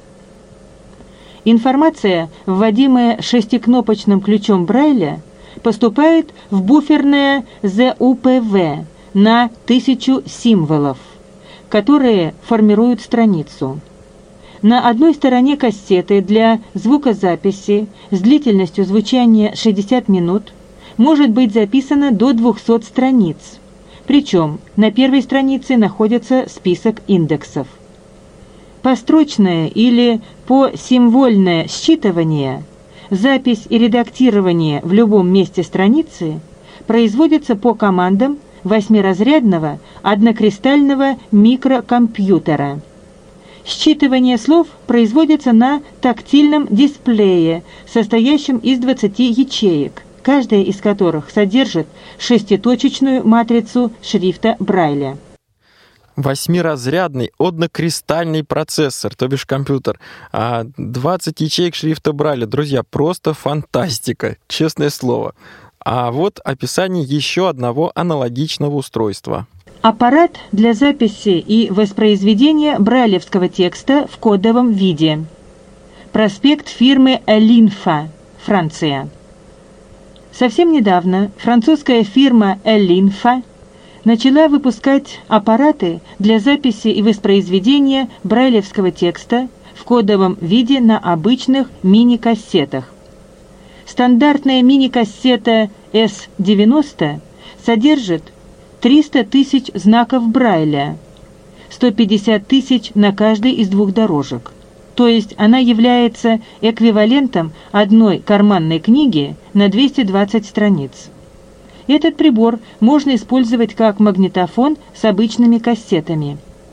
Информация, вводимая шестикнопочным ключом Брайля, поступает в буферное зэ у пэ вэ на тысячу символов, которые формируют страницу. На одной стороне кассеты для звукозаписи с длительностью звучания шестьдесят минут может быть записано до двухсот страниц, причем на первой странице находится список индексов. Построчное или посимвольное считывание, запись и редактирование в любом месте страницы производятся по командам восьмиразрядного однокристального микрокомпьютера. Считывание слов производится на тактильном дисплее, состоящем из двадцати ячеек, каждая из которых содержит шеститочечную матрицу шрифта Брайля. Восьмиразрядный однокристальный процессор, то бишь компьютер, а двадцать ячеек шрифта Брайля. Друзья, просто фантастика, честное слово. А вот описание еще одного аналогичного устройства. Аппарат для записи и воспроизведения брайлевского текста в кодовом виде. Проспект фирмы Элинфа, Франция. Совсем недавно французская фирма Элинфа начала выпускать аппараты для записи и воспроизведения брайлевского текста в кодовом виде на обычных мини-кассетах. Стандартная мини-кассета эс девяносто содержит триста тысяч знаков Брайля, сто пятьдесят тысяч на каждой из двух дорожек. То есть она является эквивалентом одной карманной книги на двести двадцать страниц. Этот прибор можно использовать как магнитофон с обычными кассетами.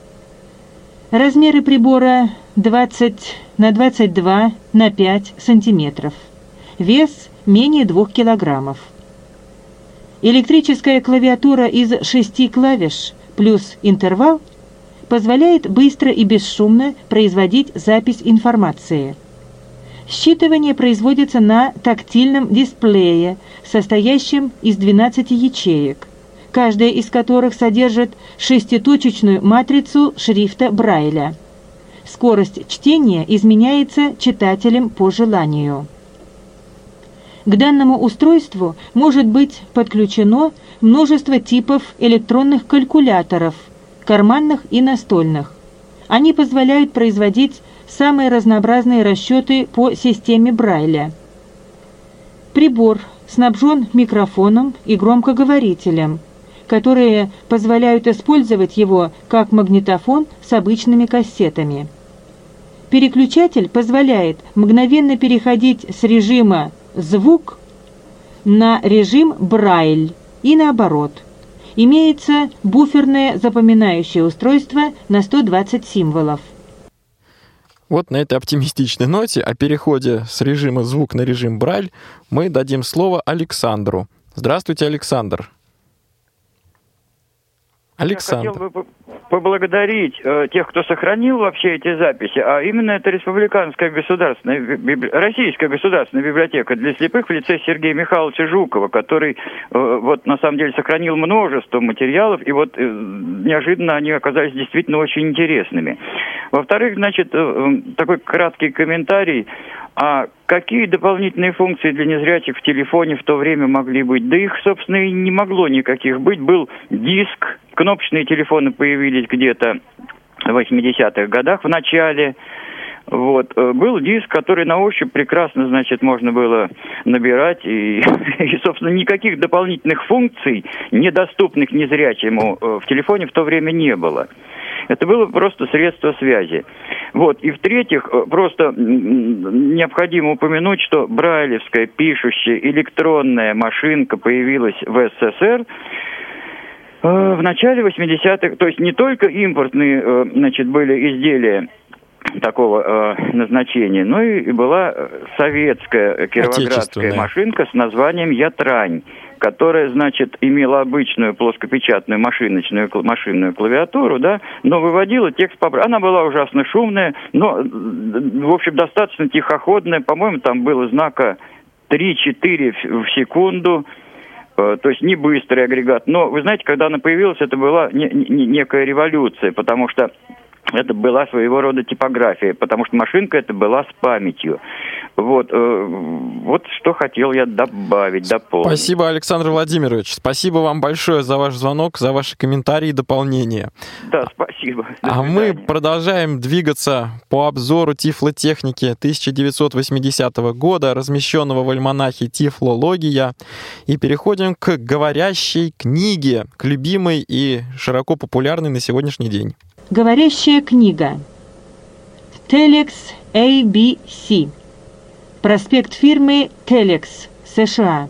Размеры прибора двадцать на двадцать два на пять сантиметров. Вес менее двух килограммов. Электрическая клавиатура из шести клавиш плюс интервал позволяет быстро и бесшумно производить запись информации. Считывание производится на тактильном дисплее, состоящем из двенадцати ячеек, каждая из которых содержит шеститочечную матрицу шрифта Брайля. Скорость чтения изменяется читателем по желанию. К данному устройству может быть подключено множество типов электронных калькуляторов, карманных и настольных. Они позволяют производить самые разнообразные расчеты по системе Брайля. Прибор снабжен микрофоном и громкоговорителем, которые позволяют использовать его как магнитофон с обычными кассетами. Переключатель позволяет мгновенно переходить с режима «звук» на режим «Брайль» и наоборот. Имеется буферное запоминающее устройство на сто двадцать символов. Вот на этой оптимистичной ноте о переходе с режима «звук» на режим «Брайль» мы дадим слово Александру. Здравствуйте, Александр. Александр. Я хотел бы поблагодарить э, тех, кто сохранил вообще эти записи, а именно это Республиканская государственная, библи... Российская государственная библиотека для слепых в лице Сергея Михайловича Жукова, который э, вот на самом деле сохранил множество материалов, и вот э, неожиданно они оказались действительно очень интересными. Во-вторых, значит, э, такой краткий комментарий. А какие дополнительные функции для незрячих в телефоне в то время могли быть? Да их, собственно, и не могло никаких быть. Был диск, кнопочные телефоны появились где-то в восьмидесятых годах в начале. Вот. Был диск, который на ощупь прекрасно, значит, можно было набирать. И, и, собственно, никаких дополнительных функций, недоступных незрячему, в телефоне в то время не было. Это было просто средство связи. Вот. И в-третьих, просто необходимо упомянуть, что брайлевская пишущая электронная машинка появилась в СССР в начале восьмидесятых. То есть не только импортные, значит, были изделия такого э, назначения, но и была советская кировоградская машинка с названием «Ятрань», которая, значит, имела обычную плоскопечатную машиночную машинную клавиатуру, да, но выводила текст по... Она была ужасно шумная, но, в общем, достаточно тихоходная. По-моему, там было знака три-четыре в секунду, э, то есть не быстрый агрегат. Но, вы знаете, когда она появилась, это была не, не, некая революция, потому что это была своего рода типография, потому что машинка это была с памятью. Вот, э, вот что хотел я добавить, дополнить. Спасибо, Александр Владимирович. Спасибо вам большое за ваш звонок, за ваши комментарии и дополнения. Да, спасибо. А мы продолжаем двигаться по обзору тифлотехники тысяча девятьсот восьмидесятого года, размещенного в альманахе «Тифлология», и переходим к говорящей книге, к любимой и широко популярной на сегодняшний день. Говорящая книга. Telex эй би си. Проспект фирмы Telex, США.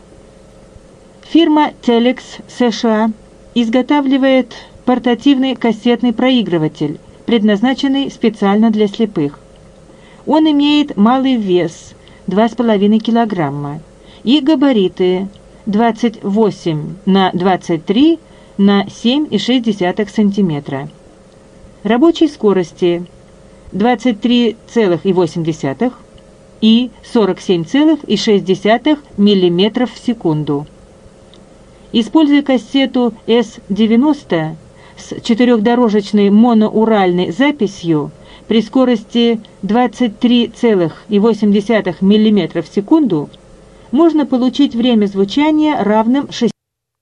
Фирма Telex, США, изготавливает портативный кассетный проигрыватель, предназначенный специально для слепых. Он имеет малый вес два с половиной килограмма и габариты двадцать восемь на двадцать три на семь и шесть десятых сантиметра. Рабочей скорости двадцать три целых восемь десятых и сорок семь целых шесть десятых миллиметров в секунду. Используя кассету эс девяносто с четырехдорожечной моноуральной записью при скорости двадцать три целых восемь десятых миллиметра в секунду, можно получить время звучания равным шести.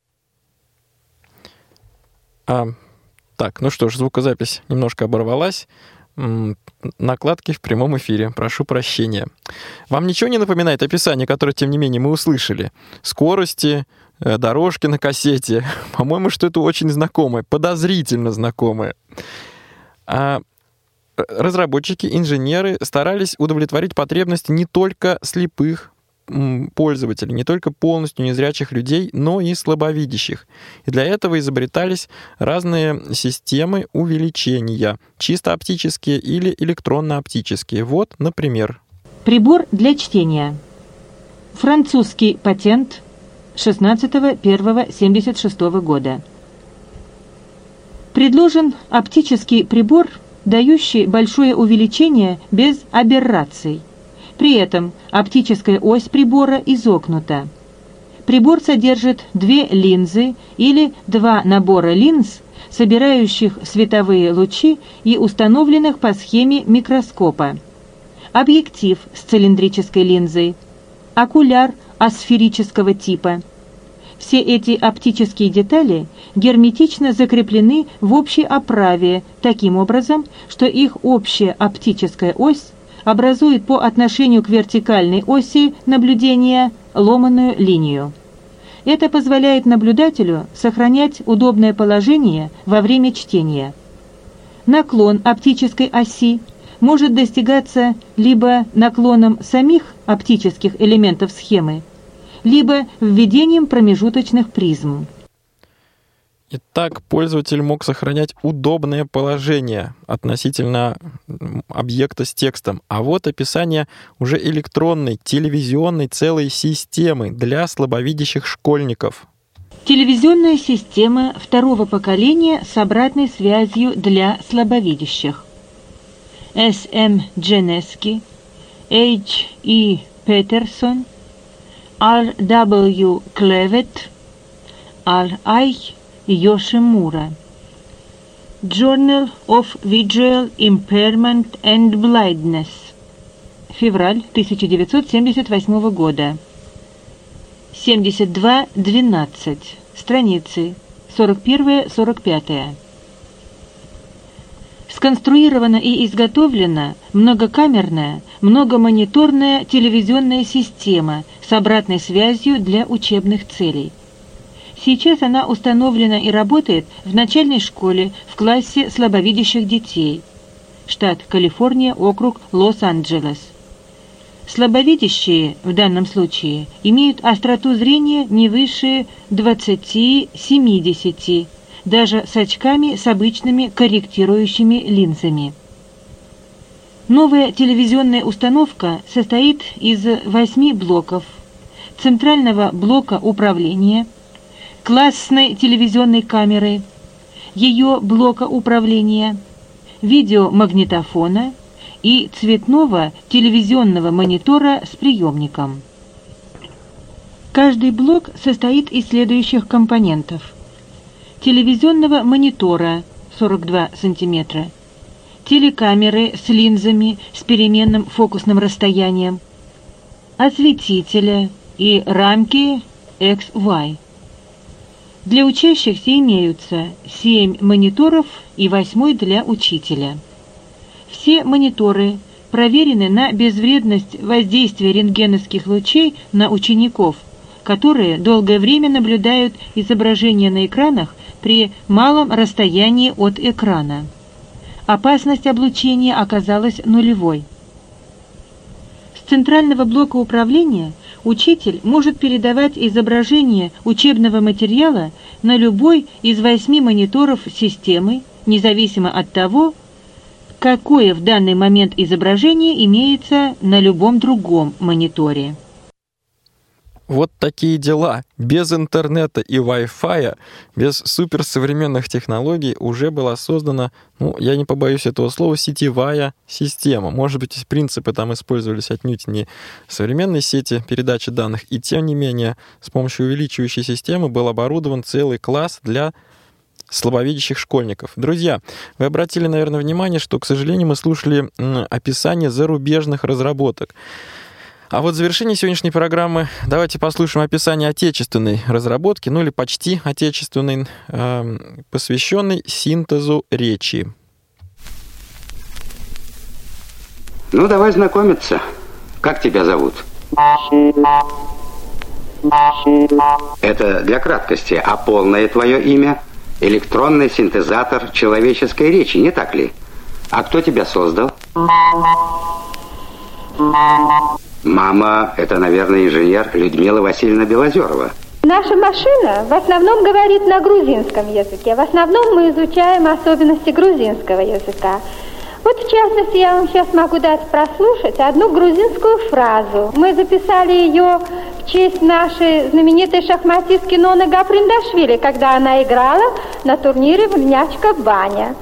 А, так, ну что ж, звукозапись немножко оборвалась. Накладки в прямом эфире. Прошу прощения. Вам ничего не напоминает описание, которое, тем не менее, мы услышали? Скорости, дорожки на кассете. По-моему, что это очень знакомое, подозрительно знакомое. А разработчики, инженеры старались удовлетворить потребности не только слепых пользователей, не только полностью незрячих людей, но и слабовидящих. И для этого изобретались разные системы увеличения, чисто оптические или электронно-оптические. Вот, например. Прибор для чтения. Французский патент шестнадцатого первого семьдесят шестого года. Предложен оптический прибор, дающий большое увеличение без аберраций. При этом оптическая ось прибора изогнута. Прибор содержит две линзы или два набора линз, собирающих световые лучи и установленных по схеме микроскопа. Объектив с цилиндрической линзой. Окуляр асферического типа. Все эти оптические детали герметично закреплены в общей оправе таким образом, что их общая оптическая ось образует по отношению к вертикальной оси наблюдения ломаную линию. Это позволяет наблюдателю сохранять удобное положение во время чтения. Наклон оптической оси может достигаться либо наклоном самих оптических элементов схемы, либо введением промежуточных призм. Итак, пользователь мог сохранять удобное положение относительно объекта с текстом. А вот описание уже электронной, телевизионной целой системы для слабовидящих школьников. Телевизионная система второго поколения с обратной связью для слабовидящих. С М Дженески, H И Петерсон, Р В Клевет, Р I Йошимура. Journal of Visual Impairment and Blindness. Февраль тысяча девятьсот семьдесят восьмого года. семьдесят два двенадцать. Страницы сорок первая сорок пятая. Сконструирована и изготовлена многокамерная, многомониторная телевизионная система с обратной связью для учебных целей. Сейчас она установлена и работает в начальной школе в классе слабовидящих детей. Штат Калифорния, округ Лос-Анджелес. Слабовидящие в данном случае имеют остроту зрения не выше двадцати-семидесяти, даже с очками с обычными корректирующими линзами. Новая телевизионная установка состоит из восьми блоков: центрального блока управления, классной телевизионной камеры, ее блока управления, видеомагнитофона и цветного телевизионного монитора с приемником. Каждый блок состоит из следующих компонентов: телевизионного монитора сорок два сантиметра, телекамеры с линзами с переменным фокусным расстоянием, осветителя и рамки икс вай. Для учащихся имеются семь мониторов и восьмой для учителя. Все мониторы проверены на безвредность воздействия рентгеновских лучей на учеников, которые долгое время наблюдают изображения на экранах при малом расстоянии от экрана. Опасность облучения оказалась нулевой. С центрального блока управления учитель может передавать изображение учебного материала на любой из восьми мониторов системы, независимо от того, какое в данный момент изображение имеется на любом другом мониторе. Вот такие дела. Без интернета и Wi-Fi, без суперсовременных технологий уже была создана, ну, я не побоюсь этого слова, сетевая система. Может быть, принципы там использовались отнюдь не современной сети передачи данных, и тем не менее, с помощью увеличивающей системы был оборудован целый класс для слабовидящих школьников. Друзья, вы обратили, наверное, внимание, что, к сожалению, мы слушали описание зарубежных разработок. А вот в завершении сегодняшней программы давайте послушаем описание отечественной разработки, ну или почти отечественной, э, посвященной синтезу речи. Ну, давай знакомиться. Как тебя зовут? Это для краткости, а полное твое имя? Электронный синтезатор человеческой речи, не так ли? А кто тебя создал? Мама, это, наверное, инженер Людмила Васильевна Белозерова. Наша машина в основном говорит на грузинском языке. В основном мы изучаем особенности грузинского языка. Вот, в частности, я вам сейчас могу дать прослушать одну грузинскую фразу. Мы записали ее в честь нашей знаменитой шахматистки Ноны Гаприндашвили, когда она играла на турнире в Льнячка баня.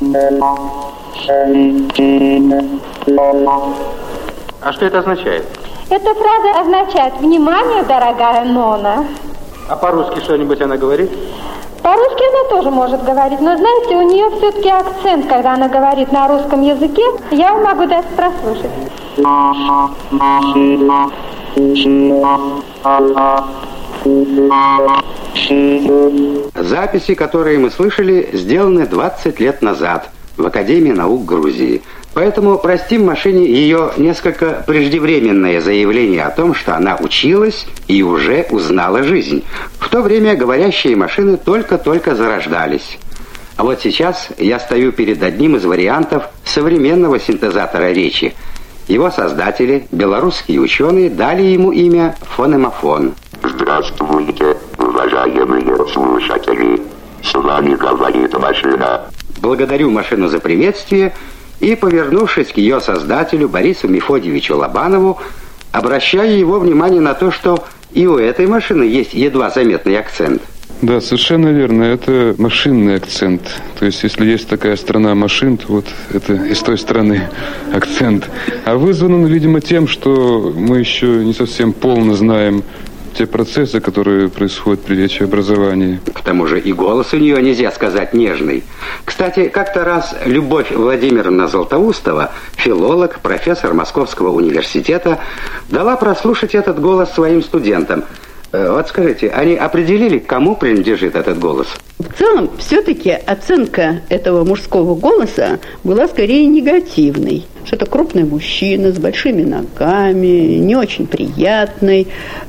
А что это означает? Эта фраза означает «Внимание, дорогая Нона». А по-русски что-нибудь она говорит? По-русски она тоже может говорить, но, знаете, у нее все-таки акцент, когда она говорит на русском языке. Я вам могу дать прослушать. Записи, которые мы слышали, сделаны двадцать лет назад в Академии наук Грузии. Поэтому простим машине ее несколько преждевременное заявление о том, что она училась и уже узнала жизнь. В то время говорящие машины только-только зарождались. А вот сейчас я стою перед одним из вариантов современного синтезатора речи. Его создатели, белорусские ученые, дали ему имя фонемофон. Здравствуйте, уважаемые слушатели. С вами говорит машина. Благодарю машину за приветствие и, повернувшись к ее создателю Борису Мефодьевичу Лобанову, обращаю его внимание на то, что и у этой машины есть едва заметный акцент. Да, совершенно верно. Это машинный акцент. То есть, если есть такая страна машин, то вот это из той страны акцент. А вызван он, видимо, тем, что мы еще не совсем полно знаем те процессы, которые происходят при речеобразовании. К тому же и голос у нее, нельзя сказать, нежный. Кстати, как-то раз Любовь Владимировна Златоустова, филолог, профессор Московского университета, дала прослушать этот голос своим студентам. Вот скажите, они определили, кому принадлежит этот голос? В целом, все-таки оценка этого мужского голоса была скорее негативной. Что это крупный мужчина с большими ногами, не очень приятный,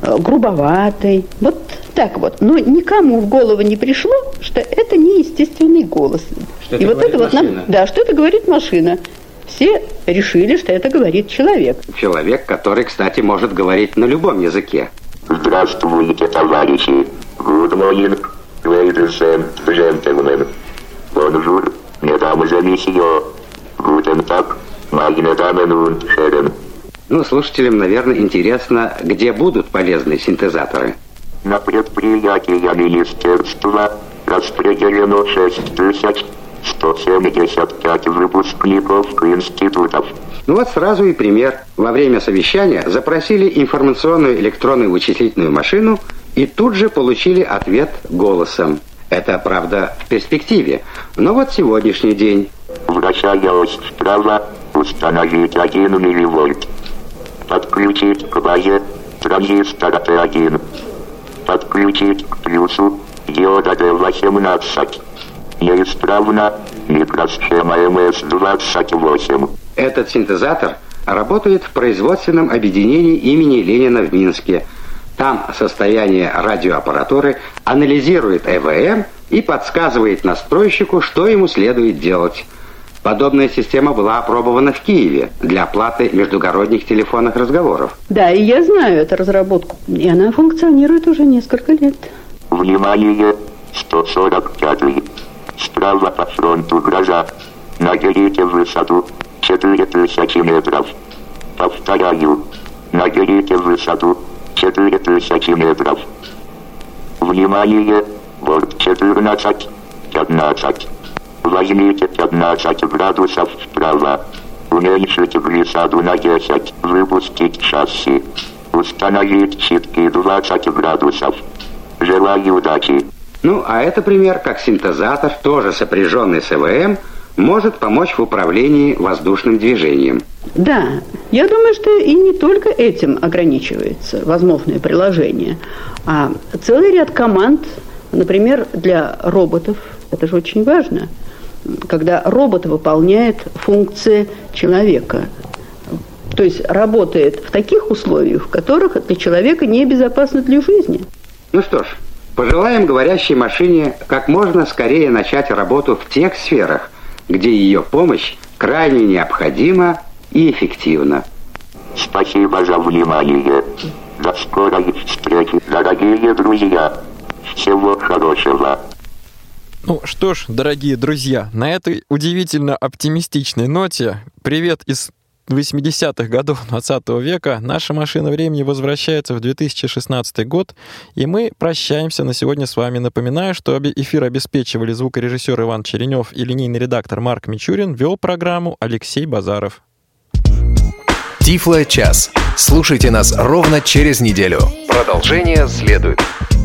грубоватый. Вот так вот. Но никому в голову не пришло, что это неестественный голос. Что И это вот это вот нам, да, что это говорит машина. Все решили, что это говорит человек. Человек, который, кстати, может говорить на любом языке. Здравствуйте, товарищи. Good morning, ladies and gentlemen. Bonjour, mesdames et messieurs. Guten Tag, meine Damen und Herren. Ну, слушателям, наверное, интересно, где будут полезные синтезаторы. На предприятии министерства распределено шесть тысяч сто семьдесят пять выпускников институтов. Ну вот сразу и пример. Во время совещания запросили информационную электронную вычислительную машину и тут же получили ответ голосом. Это, правда, в перспективе. Но вот сегодняшний день. Вращаясь вправо, установить один милливольт. Подключить к базе транзистора Т один. Подключить к плюсу диода Д восемнадцать. Неисправна микросхема эм эс двадцать восемь. Этот синтезатор работает в производственном объединении имени Ленина в Минске. Там состояние радиоаппаратуры анализирует э вэ эм и подсказывает настройщику, что ему следует делать. Подобная система была опробована в Киеве для оплаты междугородних телефонных разговоров. Да, и я знаю эту разработку. И она функционирует уже несколько лет. Внимание, сто сорок пятый. Справа по фронту гроза. Наберите высоту четыре тысячи метров. Повторяю, наберите высоту четыре тысячи метров. Внимание, борт четырнадцать, пятнадцать. Возьмите пятнадцать градусов вправо. Уменьшите глиссаду на десять. Выпустить шасси. Установить щитки двадцать градусов. Желаю удачи. Ну, а это пример, как синтезатор, тоже сопряженный с э вэ эм, может помочь в управлении воздушным движением. Да, я думаю, что и не только этим ограничивается возможное приложение, а целый ряд команд, например, для роботов. Это же очень важно, когда робот выполняет функции человека. То есть работает в таких условиях, в которых для человека небезопасно для жизни. Ну что ж, пожелаем говорящей машине как можно скорее начать работу в тех сферах, где ее помощь крайне необходима и эффективна. Спасибо за внимание. До скорой встречи, дорогие друзья. Всего хорошего. Ну что ж, дорогие друзья, на этой удивительно оптимистичной ноте привет из восьмидесятых годов двадцатого века. Наша машина времени возвращается в две тысячи шестнадцатый год, и мы прощаемся на сегодня с вами. Напоминаю, что эфир обеспечивали звукорежиссер Иван Черенев и линейный редактор Марк Мичурин, вел программу Алексей Базаров. Тифло час. Слушайте нас ровно через неделю. Продолжение следует.